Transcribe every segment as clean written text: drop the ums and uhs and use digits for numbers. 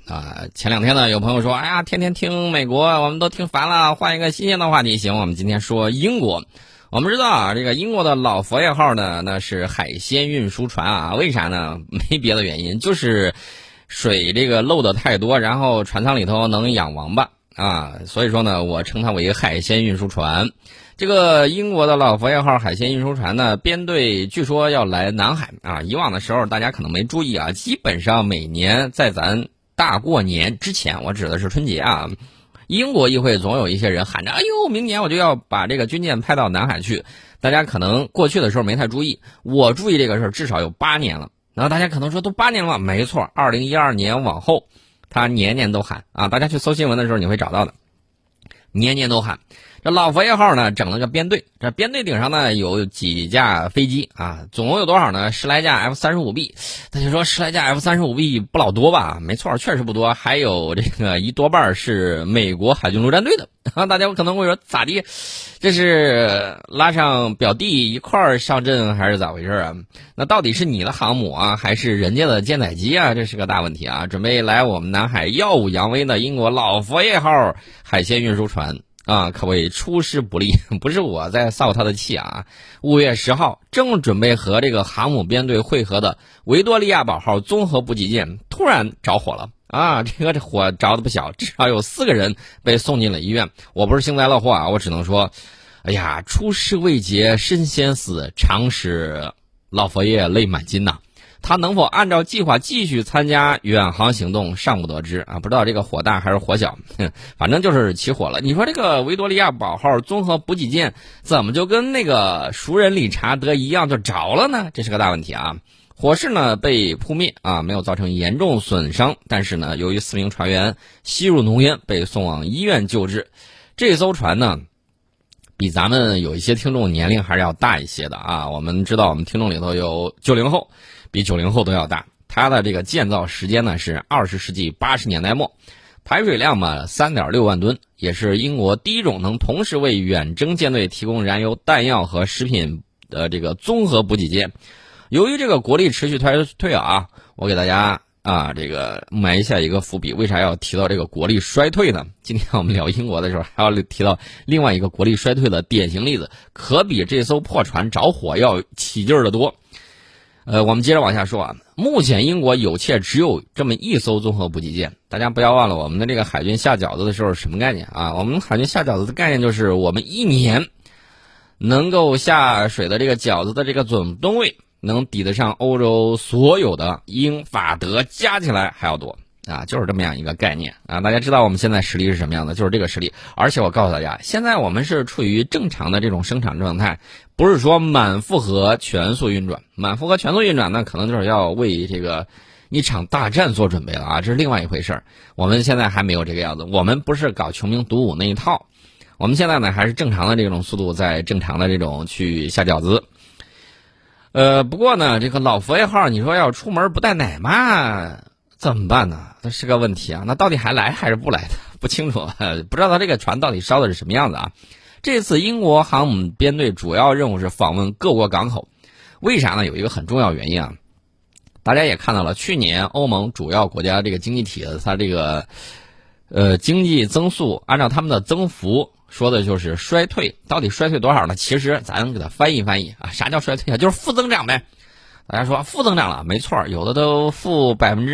前两天呢，有朋友说，哎呀，天天听美国，我们都听烦了，换一个新鲜的话题。行，我们今天说英国。我们知道啊，这个英国的老佛爷号呢，那是海鲜运输船啊。为啥呢？没别的原因，就是水这个漏的太多，然后船舱里头能养王八啊。所以说呢，我称它为海鲜运输船。这个英国的老佛爷号海鲜运输船呢，编队据说要来南海啊。以往的时候大家可能没注意啊，基本上每年在咱大过年之前，我指的是春节啊，英国议会总有一些人喊着，哎呦，明年我就要把这个军舰派到南海去。大家可能过去的时候没太注意，我注意这个事儿至少有8年了。然后大家可能说都8年了吗？没错，2012年往后他年年都喊啊，大家去搜新闻的时候你会找到的，年年都喊。这老佛爷号呢整了个编队，这编队顶上呢有几架飞机啊，总共有多少呢？10来架 F-35B。大家说10来架 F-35B 不老多吧？没错，确实不多。还有这个一多半是美国海军陆战队的啊。大家可能会说咋地？这是拉上表弟一块儿上阵还是咋回事啊？那到底是你的航母啊，还是人家的舰载机啊？这是个大问题啊！准备来我们南海耀武扬威的英国老佛爷号海鲜运输船啊，可谓出师不利。不是我在撒他的气啊。5月10号，正准备和这个航母编队会合的维多利亚堡号综合补给舰突然着火了啊！这火着的不小，至少有4个人被送进了医院。我不是幸灾乐祸啊，我只能说，哎呀，出师未捷身先死，常使老佛爷泪满襟呐。他能否按照计划继续参加远航行动尚不得知啊，不知道这个火大还是火小，反正就是起火了。你说这个维多利亚堡号综合补给舰怎么就跟那个熟人理查德一样就着了呢？这是个大问题啊。火势呢被扑灭啊，没有造成严重损伤，但是呢，由于4名船员吸入浓烟，被送往医院救治。这艘船呢，比咱们有一些听众年龄还是要大一些的啊。我们知道我们听众里头有90后。比90后都要大，它的这个建造时间呢是20世纪80年代末，排水量嘛3.6万吨，也是英国第一种能同时为远征舰队提供燃油、弹药和食品的这个综合补给舰。由于这个国力持续衰退啊，我给大家这个埋下一个伏笔，为啥要提到这个国力衰退呢？今天我们聊英国的时候还要提到另外一个国力衰退的典型例子，可比这艘破船着火要起劲儿的多。我们接着往下说啊，目前英国有且只有这么一艘综合补给舰。大家不要忘了，我们的这个海军下饺子的时候是什么概念啊？我们海军下饺子的概念就是我们1年能够下水的这个饺子的这个总吨位能抵得上欧洲所有的英法德加起来还要多啊，就是这么样一个概念啊。大家知道我们现在实力是什么样的，就是这个实力。而且我告诉大家，现在我们是处于正常的这种生产状态，不是说满负荷全速运转。满负荷全速运转呢，可能就是要为这个一场大战做准备了啊，这是另外一回事儿。我们现在还没有这个样子，我们不是搞穷兵黩武那一套，我们现在呢还是正常的这种速度，在正常的这种去下饺子。不过呢，这个老佛爷号，你说要出门不带奶妈怎么办呢？这是个问题啊。那到底还来还是不来的不清楚，不知道他这个船到底烧的是什么样子啊。这次英国航母编队主要任务是访问各国港口，为啥呢？有一个很重要原因啊，大家也看到了，去年欧盟主要国家这个经济体的它这个经济增速，按照他们的增幅说的就是衰退。到底衰退多少呢？其实咱给它翻译翻译啊，啥叫衰退啊？就是负增长呗。大家说负增长了，没错，有的都负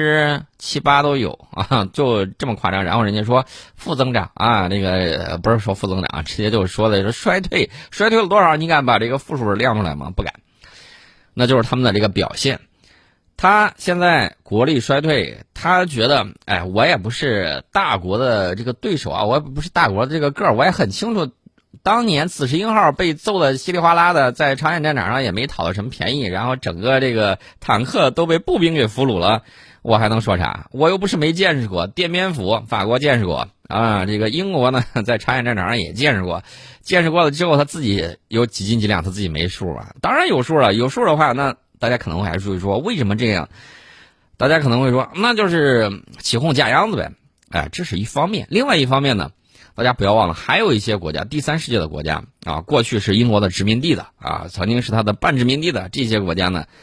7%、8%都有啊，就这么夸张。然后人家说负增长啊，那个不是说负增长，直接就说的是衰退。衰退了多少？你敢把这个负数亮出来吗？不敢。那就是他们的这个表现。他现在国力衰退，他觉得，哎，我也不是大国的这个对手啊，我也不是大国的这个个儿，我也很清楚。当年紫石英号被揍得稀里哗啦的，在朝鲜战场上也没讨到什么便宜，然后整个这个坦克都被步兵给俘虏了，我还能说啥？我又不是没见识过，奠边府法国见识过啊，这个英国呢在朝鲜战场上也见识过，见识过了之后他自己有几斤几两他自己没数啊？当然有数了，有数的话，那大家可能会还是说为什么这样？大家可能会说那就是起哄架秧子呗，哎，这是一方面。另外一方面呢，大家不要忘了，还有一些国家，第三世界的国家啊，过去是英国的殖民地的啊，曾经是它的半殖民地的这些国家呢，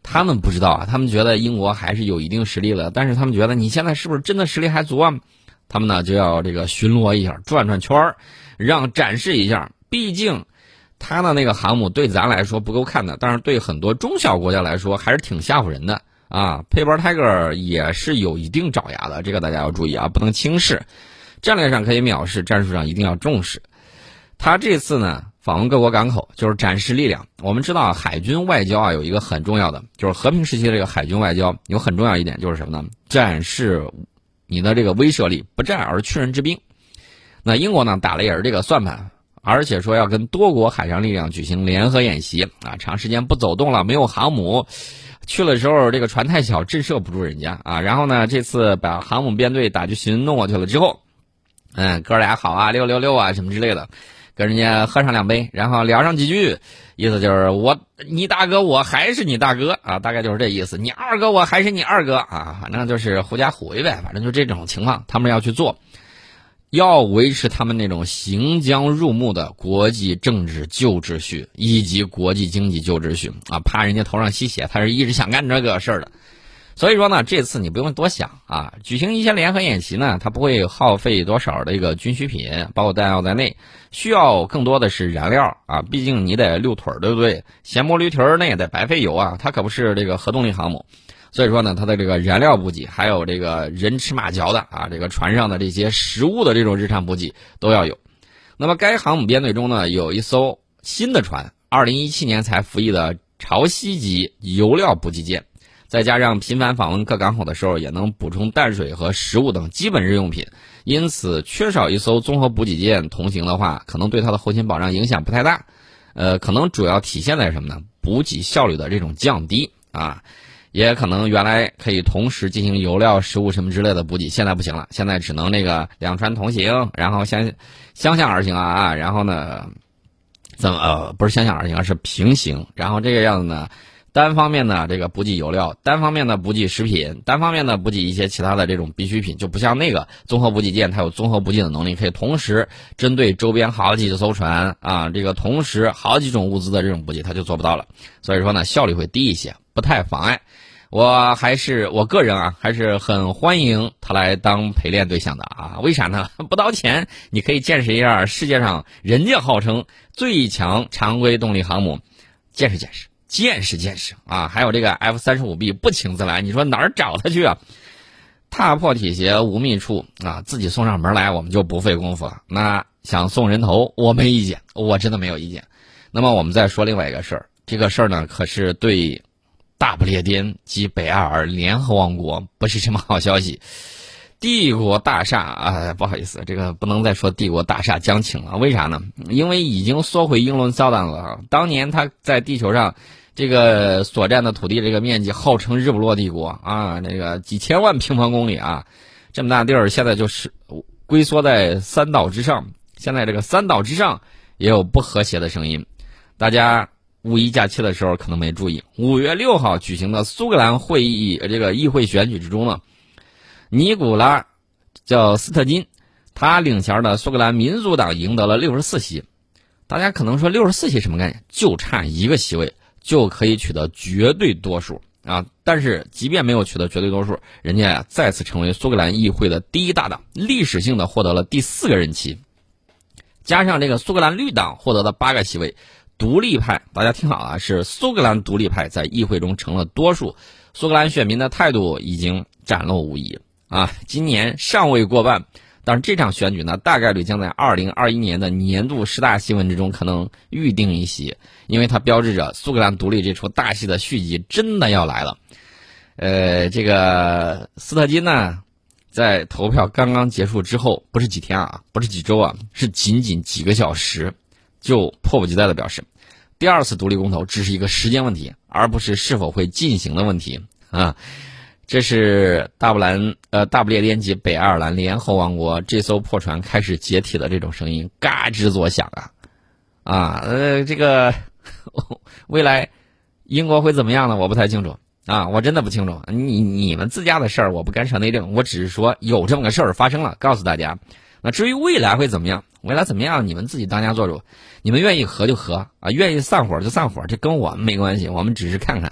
他们不知道啊，他们觉得英国还是有一定实力的，但是他们觉得你现在是不是真的实力还足啊？他们呢就要这个巡逻一下，转转圈儿，让展示一下。毕竟他的那个航母对咱来说不够看的，但是对很多中小国家来说还是挺吓唬人的啊。Paper Tiger 也是有一定爪牙的，这个大家要注意啊，不能轻视。战略上可以藐视，战术上一定要重视。他这次呢访问各国港口，就是展示力量。我们知道海军外交啊有一个很重要的，就是和平时期的这个海军外交有很重要一点就是什么呢？展示你的这个威慑力，不战而屈人之兵。那英国呢打了也是这个算盘，而且说要跟多国海上力量举行联合演习啊，长时间不走动了，没有航母，去了时候这个船太小，震慑不住人家啊。然后呢，这次把航母编队打去巡弄过去了之后，哥俩好啊，666啊什么之类的，跟人家喝上2杯，然后聊上几句，意思就是你大哥我还是你大哥啊，大概就是这意思。你二哥我还是你二哥啊，反正就是狐假虎威呗，反正就这种情况，他们要去做。要维持他们那种行将入目的国际政治旧秩序以及国际经济旧秩序啊，怕人家头上吸血，他是一直想干这个事儿的。所以说呢，这次你不用多想啊，举行一些联合演习呢，它不会耗费多少的一个军需品，包括弹药在内，需要更多的是燃料啊，毕竟你得溜腿儿，对不对？闲摸驴蹄儿那也得白费油啊，它可不是这个核动力航母。所以说呢，它的这个燃料补给，还有这个人吃马嚼的啊，这个船上的这些食物的这种日常补给都要有。那么该航母编队中呢，有一艘新的船，2017年才服役的潮汐级油料补给舰，再加上频繁访问各港口的时候，也能补充淡水和食物等基本日用品。因此，缺少一艘综合补给舰同行的话，可能对它的后勤保障影响不太大。可能主要体现在什么呢？补给效率的这种降低啊。也可能原来可以同时进行油料、食物什么之类的补给，现在不行了，现在只能那个两船同行，然后相向而行啊，然后呢，不是相向而行，而是平行，然后这个样子呢，单方面呢这个补给油料，单方面的补给食品，单方面的补给一些其他的这种必需品，就不像那个综合补给舰，它有综合补给的能力，可以同时针对周边好几艘船啊，这个同时好几种物资的这种补给，它就做不到了，所以说呢，效率会低一些，不太妨碍。我个人啊，还是很欢迎他来当陪练对象的啊。为啥呢？不刀钱，你可以见识一下世界上人家号称最强常规动力航母，见识啊。还有这个 F-35B 不请自来，你说哪儿找他去啊？踏破铁鞋无觅处啊，自己送上门来我们就不费功夫了。那想送人头，我没意见，我真的没有意见。那么我们再说另外一个事儿，这个事儿呢，可是对大不列颠及北爱尔联合王国不是什么好消息。帝国大厦啊，不好意思，这个不能再说帝国大厦将倾了。为啥呢？因为已经缩回英伦骚弹了。当年他在地球上这个所占的土地这个面积号称日不落帝国啊，那个几千万平方公里啊，这么大地儿现在就是龟缩在三岛之上。现在这个三岛之上也有不和谐的声音，大家五一假期的时候可能没注意，5月6号举行的苏格兰议会选举之中呢，尼古拉叫斯特金，他领衔的苏格兰民族党赢得了64席。大家可能说64席什么概念？就差1个席位就可以取得绝对多数啊！但是即便没有取得绝对多数，人家再次成为苏格兰议会的第一大党，历史性的获得了第4个任期，加上这个苏格兰绿党获得的8个席位。独立派，大家听好了，是苏格兰独立派在议会中成了多数，苏格兰选民的态度已经展露无遗啊！今年尚未过半，但是这场选举呢，大概率将在2021年的年度10大新闻之中可能预定一席，因为它标志着苏格兰独立这出大戏的续集真的要来了。这个斯特金呢，在投票刚刚结束之后，不是几天啊，不是几周啊，是仅仅几个小时，就迫不及待地表示，第2次独立公投只是一个时间问题，而不是是否会进行的问题啊！这是大不列颠及北爱尔兰联合王国这艘破船开始解体的这种声音，嘎吱作响啊！这个未来英国会怎么样呢？我不太清楚啊，我真的不清楚。你们自家的事儿我不干涉内政，我只是说有这么个事儿发生了，告诉大家。那至于未来会怎么样？未来怎么样？你们自己当家做主，你们愿意和就和啊，愿意散伙就散伙，这跟我们没关系。我们只是看看，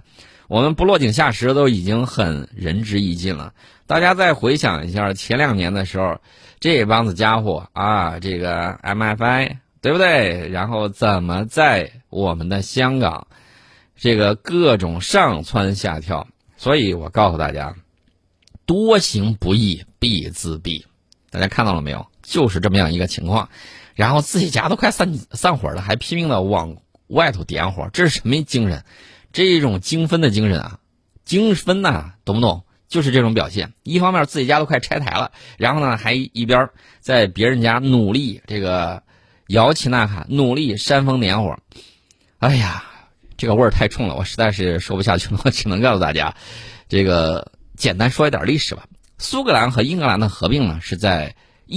我们不落井下石都已经很仁至义尽了。大家再回想一下前2年的时候，这帮子家伙啊，这个 MFI 对不对？然后怎么在我们的香港这个各种上蹿下跳？所以我告诉大家，多行不义必自毙。大家看到了没有？就是这么样一个情况。然后自己家都快散伙了，还拼命的往外头点火，这是什么精神？这种精分的精神啊，精分呐，懂不懂？就是这种表现。一方面自己家都快拆台了，然后呢还一边在别人家努力这个摇旗呐喊，努力煽风点火。哎呀，这个味儿太冲了，我实在是说不下去了，我只能告诉大家，这个简单说一点历史吧。苏格兰和英格兰的合并呢，是在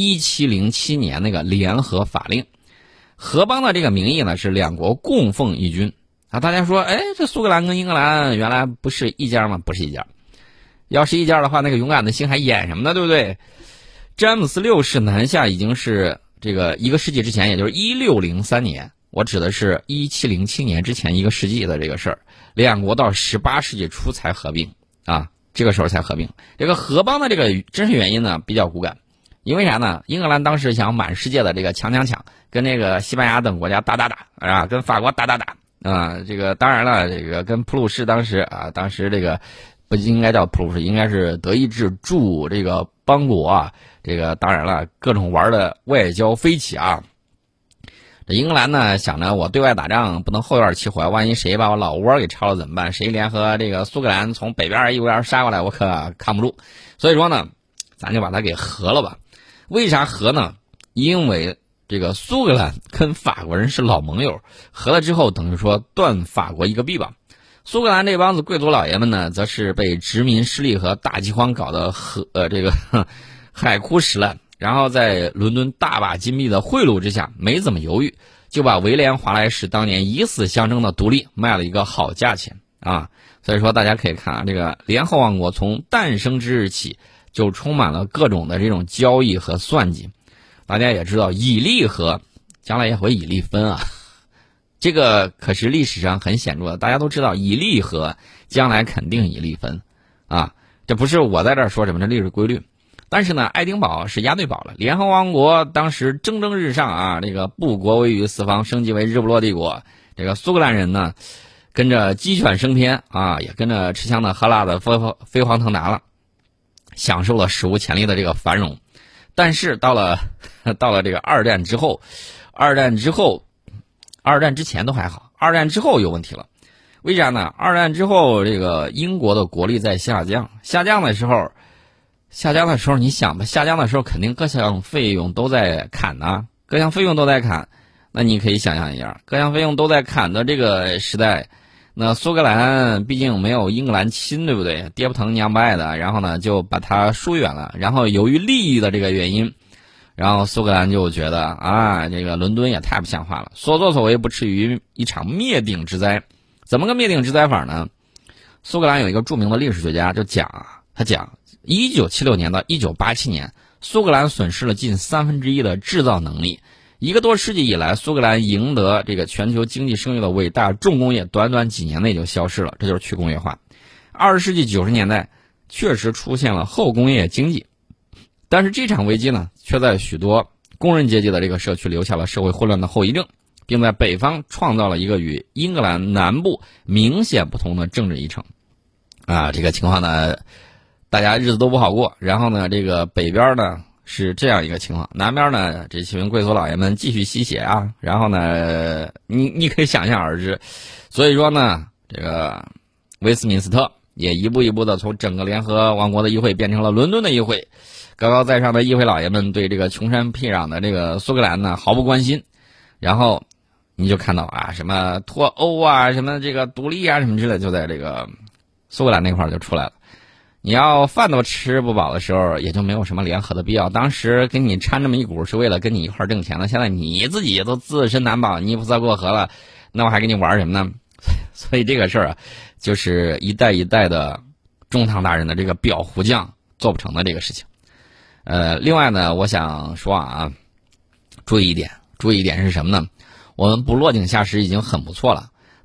1707年那个联合法令。合邦的这个名义呢是两国供奉一军啊。大家说，哎，这苏格兰跟英格兰原来不是一家吗？不是一家。要是一家的话，那个勇敢的心还演什么呢？对不对？詹姆斯6世南下已经是这个1个世纪之前，也就是1603年，我指的是1707年之前1个世纪的这个事儿。两国到18世纪初才合并啊，这个时候才合并。这个合邦的这个真实原因呢比较骨感，因为啥呢？英格兰当时想满世界的这个抢，跟这个西班牙等国家打啊，跟法国打啊。这个当然了，这个跟普鲁士当时这个不应该叫普鲁士，应该是德意志驻这个邦国啊。这个当然了，各种玩的外交飞起啊。这英格兰呢想着我对外打仗不能后院起火，万一谁把我老窝给抄了怎么办？谁联合这个苏格兰从北边一股烟杀过来，我可扛不住。所以说呢，咱就把它给合了吧。为啥合呢？因为这个苏格兰跟法国人是老盟友，合了之后等于说断法国一个臂膀。苏格兰这帮子贵族老爷们呢，则是被殖民失利和大饥荒搞得海枯石烂。然后在伦敦大把金币的贿赂之下，没怎么犹豫，就把威廉华莱士当年以死相争的独立卖了一个好价钱啊！所以说大家可以看啊，这个联合王国从诞生之日起就充满了各种的这种交易和算计。大家也知道，以利和将来也会以利分啊，这个可是历史上很显著的。大家都知道，以利和将来肯定以利分啊，这不是我在这儿说什么，这历史规律。但是呢，爱丁堡是押对宝了。联合王国当时蒸蒸日上啊，这个布国威于四方，升级为日不落帝国。这个苏格兰人呢，跟着鸡犬升天啊，也跟着吃香的喝辣的飞黄腾达了，享受了史无前例的这个繁荣。但是到了这个二战之后，二战之前都还好，二战之后有问题了。为啥呢？二战之后，这个英国的国力在下降的时候，你想吧，下降的时候肯定各项费用都在砍呐，那你可以想象一下，各项费用都在砍的这个时代，那苏格兰毕竟没有英格兰亲，对不对？爹不疼娘不爱的，然后呢就把它疏远了。然后由于利益的这个原因，然后苏格兰就觉得啊，这个伦敦也太不像话了，所作所为不至于一场灭顶之灾。怎么个灭顶之灾法呢？苏格兰有一个著名的历史学家他讲1976年到1987年，苏格兰损失了近1/3的制造能力。1个多世纪以来，苏格兰赢得这个全球经济声誉的伟大重工业，短短几年内就消失了，这就是去工业化。20世纪90年代确实出现了后工业经济，但是这场危机呢，却在许多工人阶级的这个社区留下了社会混乱的后遗症，并在北方创造了一个与英格兰南部明显不同的政治议程。这个情况呢，大家日子都不好过。然后呢，这个北边呢是这样一个情况，南边呢这群贵族老爷们继续吸血啊。然后呢，你可以想象而知。所以说呢，这个威斯敏斯特也一步一步的从整个联合王国的议会变成了伦敦的议会。高高在上的议会老爷们对这个穷山僻壤的这个苏格兰呢毫不关心。然后你就看到啊，什么脱欧啊，什么这个独立啊，什么之类，就在这个苏格兰那块就出来了。你要饭都吃不饱的时候，也就没有什么联合的必要。当时给你掺这么一股是为了跟你一块挣钱的，现在你自己都自身难保，泥菩萨过河了，那我还跟你玩什么呢？所以这个事儿啊，就是一代一代的中堂大人的这个裱糊匠做不成的这个事情。另外呢，我想说啊，注意一点是什么呢？我们不落井下石已经很不错了。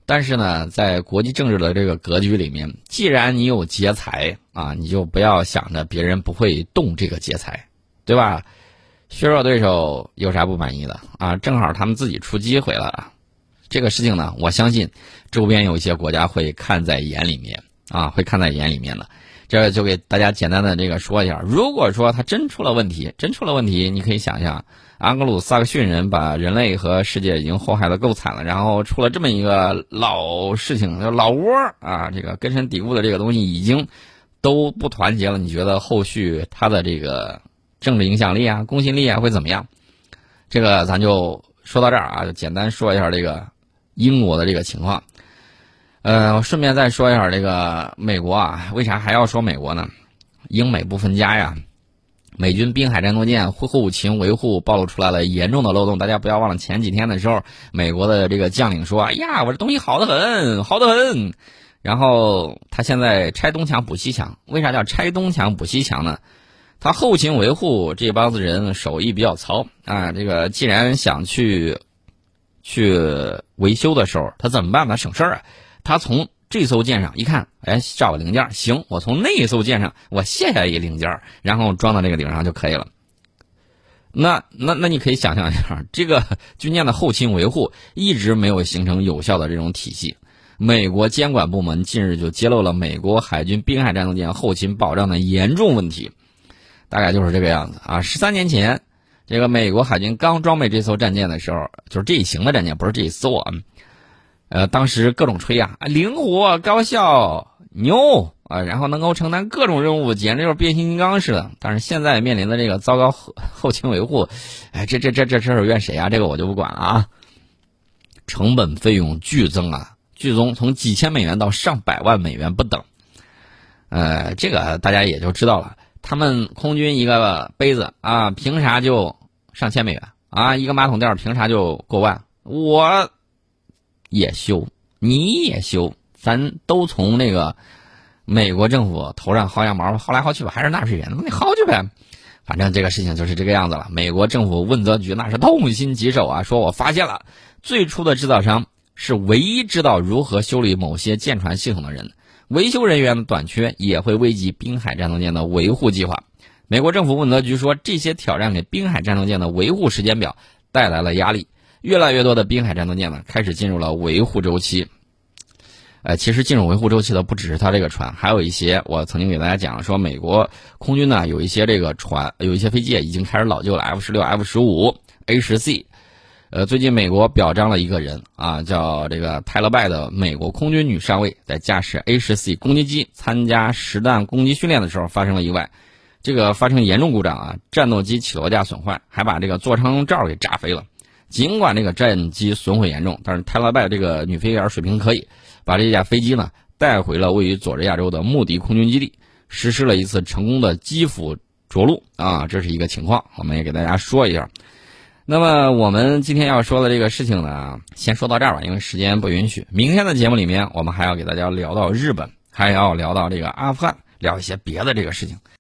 但是呢，在国际政治的这个格局里面，既然你有劫财啊，你就不要想着别人不会动这个劫财，对吧？削弱对手有啥不满意的啊？正好他们自己出机会了，这个事情呢，我相信周边有一些国家会看在眼里面啊，会看在眼里面的。这就给大家简单的这个说一下，如果说他真出了问题，你可以想象，安格鲁萨克逊人把人类和世界已经祸害得够惨了，然后出了这么一个老事情，就老窝啊，这个根深蒂固的这个东西已经都不团结了，你觉得后续他的这个政治影响力啊、公信力啊会怎么样？这个咱就说到这儿啊，就简单说一下这个英国的这个情况。我顺便再说一下这个美国啊，为啥还要说美国呢？英美不分家呀。美军滨海战斗舰后勤维护暴露出来了严重的漏洞，大家不要忘了前几天的时候，美国的这个将领说：“哎呀，我这东西好得很，好得很。”然后他现在拆东墙补西墙，为啥叫拆东墙补西墙呢？他后勤维护这帮子人手艺比较糙啊，这个既然想去维修的时候，他怎么办呢？省事儿啊。他从这艘舰上一看，哎，找个零件，行，我从那艘舰上我卸下一零件，然后装到这个顶上就可以了。那你可以想象一下，这个军舰的后勤维护一直没有形成有效的这种体系。美国监管部门近日就揭露了美国海军滨海战斗舰后勤保障的严重问题，大概就是这个样子啊。13年前，这个美国海军刚装备这艘战舰的时候，就是这一型的战舰，不是这一艘啊。当时各种吹啊，灵活、高效、牛啊，然后能够承担各种任务，简直就是变形金刚似的。但是现在面临的这个糟糕后勤维护，哎，这事儿怨谁啊？这个我就不管了啊。成本费用剧增啊，剧增从几千美元到上百万美元不等。这个大家也就知道了。他们空军一个杯子啊，凭啥就上千美元啊？一个马桶垫凭啥就过万？我也修，你也修，咱都从那个美国政府头上薅羊毛，薅来薅去吧，还是纳税人，你薅去呗。反正这个事情就是这个样子了。美国政府问责局那是痛心疾首啊，说我发现了，最初的制造商是唯一知道如何修理某些舰船系统的人，维修人员的短缺也会危及滨海战斗舰的维护计划。美国政府问责局说，这些挑战给滨海战斗舰的维护时间表带来了压力。越来越多的滨海战斗舰呢，开始进入了维护周期。其实进入维护周期的不只是它这个船，还有一些我曾经给大家讲了，说美国空军呢有一些这个船，有一些飞机已经开始老旧了 ，F-16、F-15、A-10C。最近美国表彰了一个人啊，叫这个泰勒拜的美国空军女上尉，在驾驶 A-10C 攻击机参加实弹攻击训练的时候发生了意外，这个发生严重故障啊，战斗机起落架损坏，还把这个座舱罩给炸飞了。尽管这个战机损毁严重，但是泰勒拜这个女飞员水平可以，把这架飞机呢带回了位于佐治亚州的穆迪空军基地，实施了一次成功的机腹着陆啊，这是一个情况，我们也给大家说一下。那么我们今天要说的这个事情呢，先说到这儿吧，因为时间不允许。明天的节目里面，我们还要给大家聊到日本，还要聊到这个阿富汗，聊一些别的这个事情。